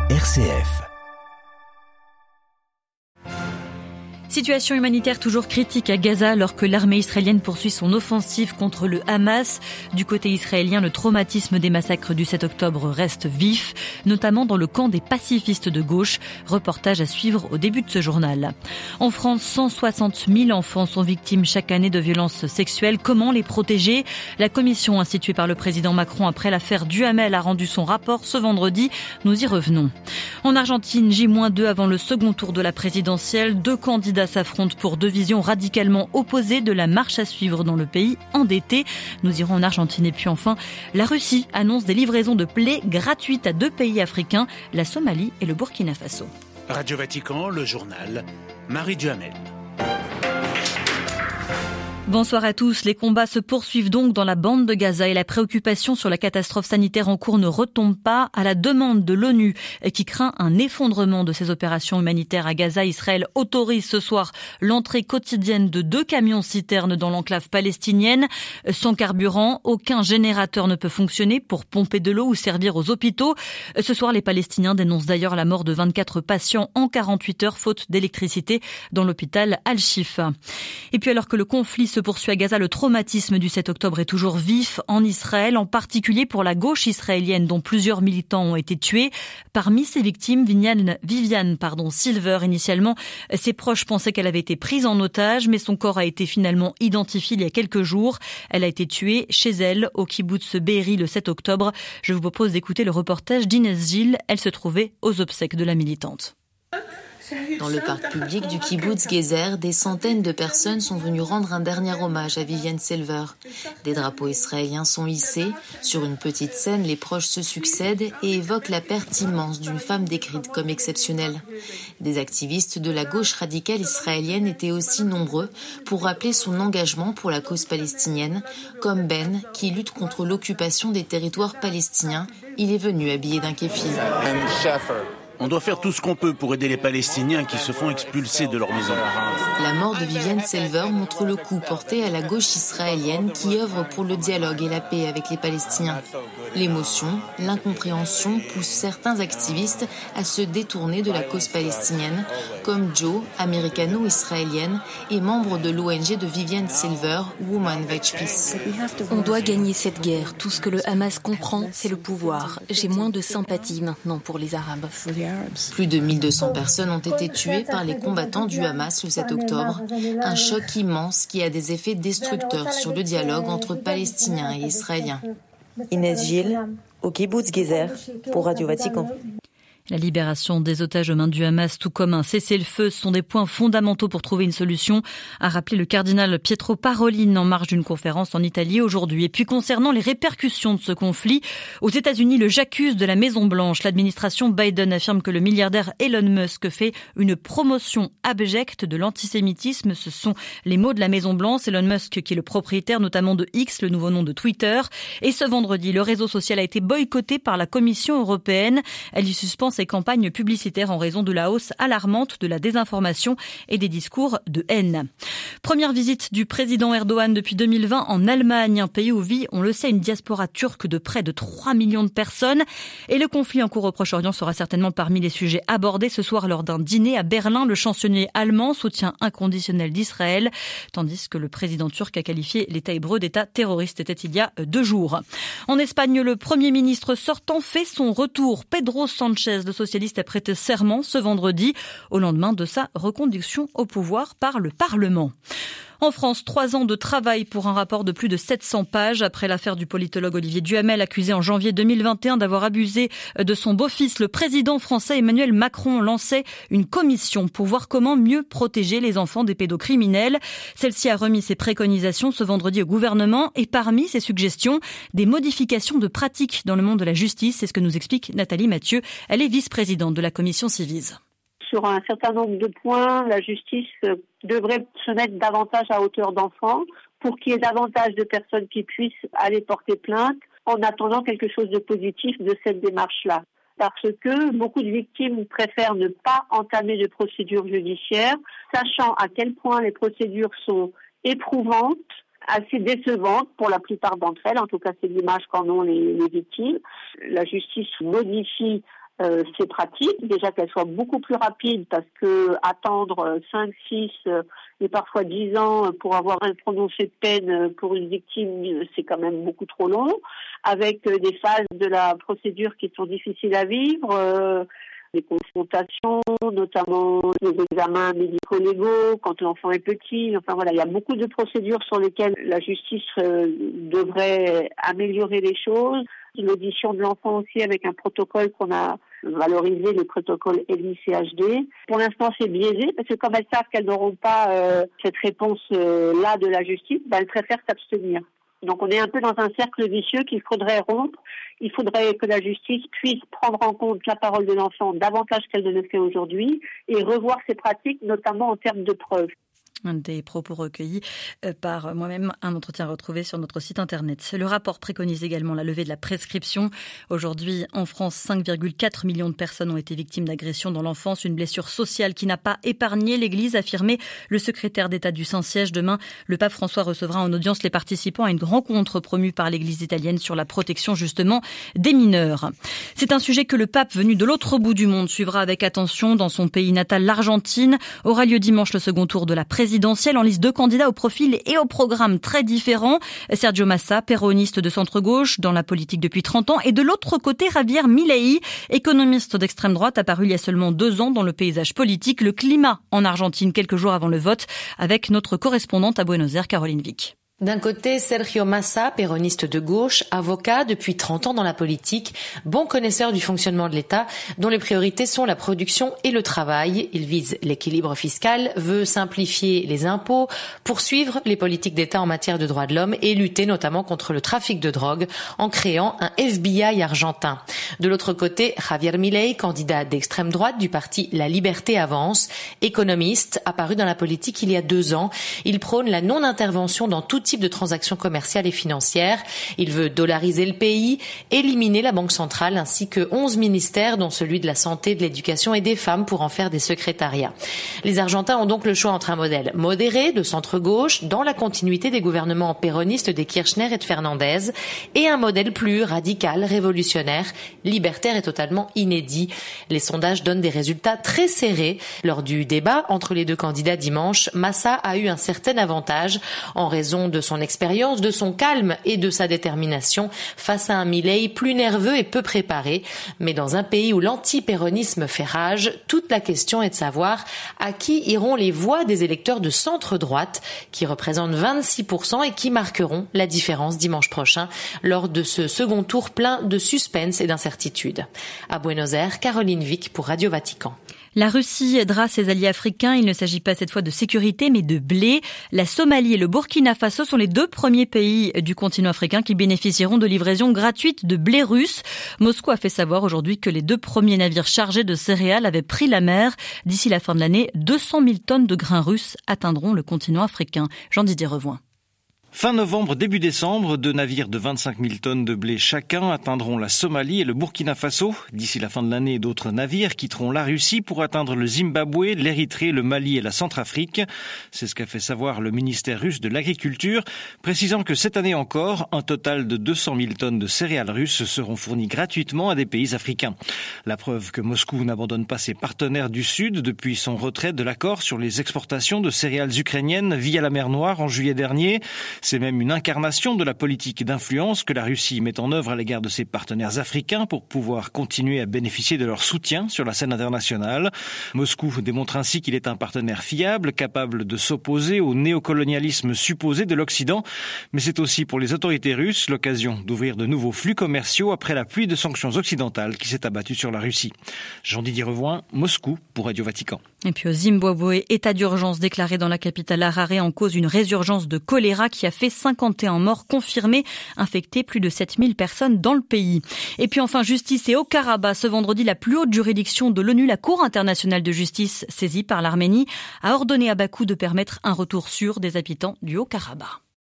RCF. Situation humanitaire toujours critique à Gaza alors que l'armée israélienne poursuit son offensive contre le Hamas. Du côté israélien, le traumatisme des massacres du 7 octobre reste vif, notamment dans le camp des pacifistes de gauche. Reportage à suivre au début de ce journal. En France, 160 000 enfants sont victimes chaque année de violences sexuelles. Comment les protéger ? La commission instituée par le président Macron après l'affaire Duhamel a rendu son rapport ce vendredi. Nous y revenons. En Argentine, J-2 avant le second tour de la présidentielle, deux candidats s'affrontent pour deux visions radicalement opposées de la marche à suivre dans le pays endetté. Nous irons en Argentine. Et puis enfin, la Russie annonce des livraisons de blé gratuites à deux pays africains, la Somalie et le Burkina Faso. Radio Vatican, le journal, Marie Duhamel. Bonsoir à tous. Les combats se poursuivent donc dans la bande de Gaza et la préoccupation sur la catastrophe sanitaire en cours ne retombe pas. À la demande de l'ONU qui craint un effondrement de ses opérations humanitaires à Gaza, Israël autorise ce soir l'entrée quotidienne de 2 camions-citernes dans l'enclave palestinienne. Sans carburant, aucun générateur ne peut fonctionner pour pomper de l'eau ou servir aux hôpitaux. Ce soir, les Palestiniens dénoncent d'ailleurs la mort de 24 patients en 48 heures faute d'électricité dans l'hôpital Al-Shifa. Et puis alors que le conflit se poursuit à Gaza, le traumatisme du 7 octobre est toujours vif en Israël, en particulier pour la gauche israélienne dont plusieurs militants ont été tués. Parmi ces victimes, Viviane Silver, initialement, ses proches pensaient qu'elle avait été prise en otage, mais son corps a été finalement identifié il y a quelques jours. Elle a été tuée chez elle, au kibboutz Be'eri, le 7 octobre. Je vous propose d'écouter le reportage d'Inès Gilles. Elle se trouvait aux obsèques de la militante. Dans le parc public du kibboutz Gezer, des centaines de personnes sont venues rendre un dernier hommage à Viviane Silver. Des drapeaux israéliens sont hissés. Sur une petite scène, les proches se succèdent et évoquent la perte immense d'une femme décrite comme exceptionnelle. Des activistes de la gauche radicale israélienne étaient aussi nombreux pour rappeler son engagement pour la cause palestinienne, comme Ben, qui lutte contre l'occupation des territoires palestiniens. Il est venu habillé d'un kéfir. On doit faire tout ce qu'on peut pour aider les Palestiniens qui se font expulser de leur maison. La mort de Viviane Silver montre le coup porté à la gauche israélienne qui œuvre pour le dialogue et la paix avec les Palestiniens. L'émotion, l'incompréhension poussent certains activistes à se détourner de la cause palestinienne, comme Joe, américano-israélienne et membre de l'ONG de Viviane Silver, Women Veg Peace. On doit gagner cette guerre. Tout ce que le Hamas comprend, c'est le pouvoir. J'ai moins de sympathie maintenant pour les Arabes. Plus de 1200 personnes ont été tuées par les combattants du Hamas le 7 octobre. Un choc immense qui a des effets destructeurs sur le dialogue entre Palestiniens et Israéliens. Inès Gilles, au kibboutz Gezer, pour Radio Vatican. La libération des otages aux mains du Hamas, tout comme un cessez-le-feu, sont des points fondamentaux pour trouver une solution, a rappelé le cardinal Pietro Parolin en marge d'une conférence en Italie aujourd'hui. Et puis concernant les répercussions de ce conflit, aux États-Unis, le j'accuse de la Maison-Blanche. L'administration Biden affirme que le milliardaire Elon Musk fait une promotion abjecte de l'antisémitisme. Ce sont les mots de la Maison-Blanche. Elon Musk, qui est le propriétaire notamment de X, le nouveau nom de Twitter. Et ce vendredi, le réseau social a été boycotté par la Commission européenne. Elle y suspend ses campagnes publicitaires en raison de la hausse alarmante de la désinformation et des discours de haine. Première visite du président Erdogan depuis 2020 en Allemagne, un pays où vit, on le sait, une diaspora turque de près de 3 millions de personnes. Et le conflit en cours au Proche-Orient sera certainement parmi les sujets abordés ce soir lors d'un dîner à Berlin. Le chancelier allemand soutient inconditionnel d'Israël, tandis que le président turc a qualifié l'État hébreu d'État terroriste. C'était il y a 2 jours. En Espagne, le Premier ministre sortant fait son retour. Pedro Sánchez, le socialiste, a prêté serment ce vendredi au lendemain de sa reconduction au pouvoir par le Parlement. En France, 3 ans de travail pour un rapport de plus de 700 pages après l'affaire du politologue Olivier Duhamel, accusé en janvier 2021 d'avoir abusé de son beau-fils. Le président français Emmanuel Macron lançait une commission pour voir comment mieux protéger les enfants des pédocriminels. Celle-ci a remis ses préconisations ce vendredi au gouvernement et parmi ses suggestions, des modifications de pratiques dans le monde de la justice. C'est ce que nous explique Nathalie Mathieu. Elle est vice-présidente de la commission Civise. Sur un certain nombre de points, la justice devrait se mettre davantage à hauteur d'enfants pour qu'il y ait davantage de personnes qui puissent aller porter plainte en attendant quelque chose de positif de cette démarche-là. Parce que beaucoup de victimes préfèrent ne pas entamer de procédure judiciaire, sachant à quel point les procédures sont éprouvantes, assez décevantes pour la plupart d'entre elles, en tout cas c'est l'image qu'en ont les victimes. La justice modifie ces pratiques, déjà qu'elles soient beaucoup plus rapides parce que attendre 5, 6 et parfois 10 ans pour avoir un prononcé de peine pour une victime, c'est quand même beaucoup trop long, avec des phases de la procédure qui sont difficiles à vivre, des confrontations, notamment les examens médico-légaux quand l'enfant est petit. Enfin voilà, il y a beaucoup de procédures sur lesquelles la justice devrait améliorer les choses. L'audition de l'enfant aussi avec un protocole qu'on a valorisé, le protocole ELMI-CHD. Pour l'instant, c'est biaisé parce que comme elles savent qu'elles n'auront pas cette réponse-là de la justice, elles préfèrent s'abstenir. Donc on est un peu dans un cercle vicieux qu'il faudrait rompre. Il faudrait que la justice puisse prendre en compte la parole de l'enfant davantage qu'elle ne le fait aujourd'hui et revoir ses pratiques, notamment en termes de preuves. Des propos recueillis par moi-même, un entretien retrouvé sur notre site internet. Le rapport préconise également la levée de la prescription. Aujourd'hui, en France, 5,4 millions de personnes ont été victimes d'agressions dans l'enfance, une blessure sociale qui n'a pas épargné l'Église, affirmait le secrétaire d'État du Saint-Siège. Demain, le pape François recevra en audience les participants à une rencontre promue par l'Église italienne sur la protection justement des mineurs. C'est un sujet que le pape venu de l'autre bout du monde suivra avec attention dans son pays natal, l'Argentine. Aura lieu dimanche le second tour de la présidentielle en liste de candidats au profil et au programme très différents. Sergio Massa, péroniste de centre-gauche dans la politique depuis 30 ans. Et de l'autre côté, Javier Milei, économiste d'extrême droite, apparu il y a seulement 2 ans dans le paysage politique. Le climat en Argentine, quelques jours avant le vote, avec notre correspondante à Buenos Aires, Caroline Vic. D'un côté, Sergio Massa, péroniste de gauche, avocat depuis 30 ans dans la politique, bon connaisseur du fonctionnement de l'État, dont les priorités sont la production et le travail. Il vise l'équilibre fiscal, veut simplifier les impôts, poursuivre les politiques d'État en matière de droits de l'homme et lutter notamment contre le trafic de drogue en créant un FBI argentin. De l'autre côté, Javier Milei, candidat d'extrême droite du parti La Liberté Avance, économiste, apparu dans la politique il y a 2 ans. Il prône la non-intervention dans tout type de transactions commerciales et financières. Il veut dollariser le pays, éliminer la Banque centrale ainsi que 11 ministères dont celui de la santé, de l'éducation et des femmes pour en faire des secrétariats. Les Argentins ont donc le choix entre un modèle modéré de centre-gauche dans la continuité des gouvernements péronistes des Kirchner et de Fernandez et un modèle plus radical, révolutionnaire, libertaire et totalement inédit. Les sondages donnent des résultats très serrés. Lors du débat entre les 2 candidats dimanche, Massa a eu un certain avantage en raison de son expérience, de son calme et de sa détermination face à un Milei plus nerveux et peu préparé. Mais dans un pays où l'anti-péronisme fait rage, toute la question est de savoir à qui iront les voix des électeurs de centre-droite qui représentent 26% et qui marqueront la différence dimanche prochain lors de ce second tour plein de suspense et d'incertitude. À Buenos Aires, Caroline Vic pour Radio Vatican. La Russie aidera ses alliés africains. Il ne s'agit pas cette fois de sécurité, mais de blé. La Somalie et le Burkina Faso sont les 2 premiers pays du continent africain qui bénéficieront de livraisons gratuites de blé russe. Moscou a fait savoir aujourd'hui que les 2 premiers navires chargés de céréales avaient pris la mer. D'ici la fin de l'année, 200 000 tonnes de grains russes atteindront le continent africain. Jean-Didier Revoin. Fin novembre, début décembre, 2 navires de 25 000 tonnes de blé chacun atteindront la Somalie et le Burkina Faso. D'ici la fin de l'année, d'autres navires quitteront la Russie pour atteindre le Zimbabwe, l'Érythrée, le Mali et la Centrafrique. C'est ce qu'a fait savoir le ministère russe de l'Agriculture, précisant que cette année encore, un total de 200 000 tonnes de céréales russes seront fournies gratuitement à des pays africains. La preuve que Moscou n'abandonne pas ses partenaires du Sud depuis son retrait de l'accord sur les exportations de céréales ukrainiennes via la mer Noire en juillet dernier. C'est même une incarnation de la politique d'influence que la Russie met en œuvre à l'égard de ses partenaires africains pour pouvoir continuer à bénéficier de leur soutien sur la scène internationale. Moscou démontre ainsi qu'il est un partenaire fiable, capable de s'opposer au néocolonialisme supposé de l'Occident. Mais c'est aussi pour les autorités russes l'occasion d'ouvrir de nouveaux flux commerciaux après la pluie de sanctions occidentales qui s'est abattue sur la Russie. Jean-Didier Revoin, Moscou pour Radio Vatican. Et puis au Zimbabwe, état d'urgence déclaré dans la capitale Harare en cause une résurgence de choléra qui a fait 51 morts confirmés, infecté plus de 7000 personnes dans le pays. Et puis enfin, justice et Haut-Karabakh. Ce vendredi, la plus haute juridiction de l'ONU, la Cour internationale de justice, saisie par l'Arménie, a ordonné à Bakou de permettre un retour sûr des habitants du Haut-Karabakh.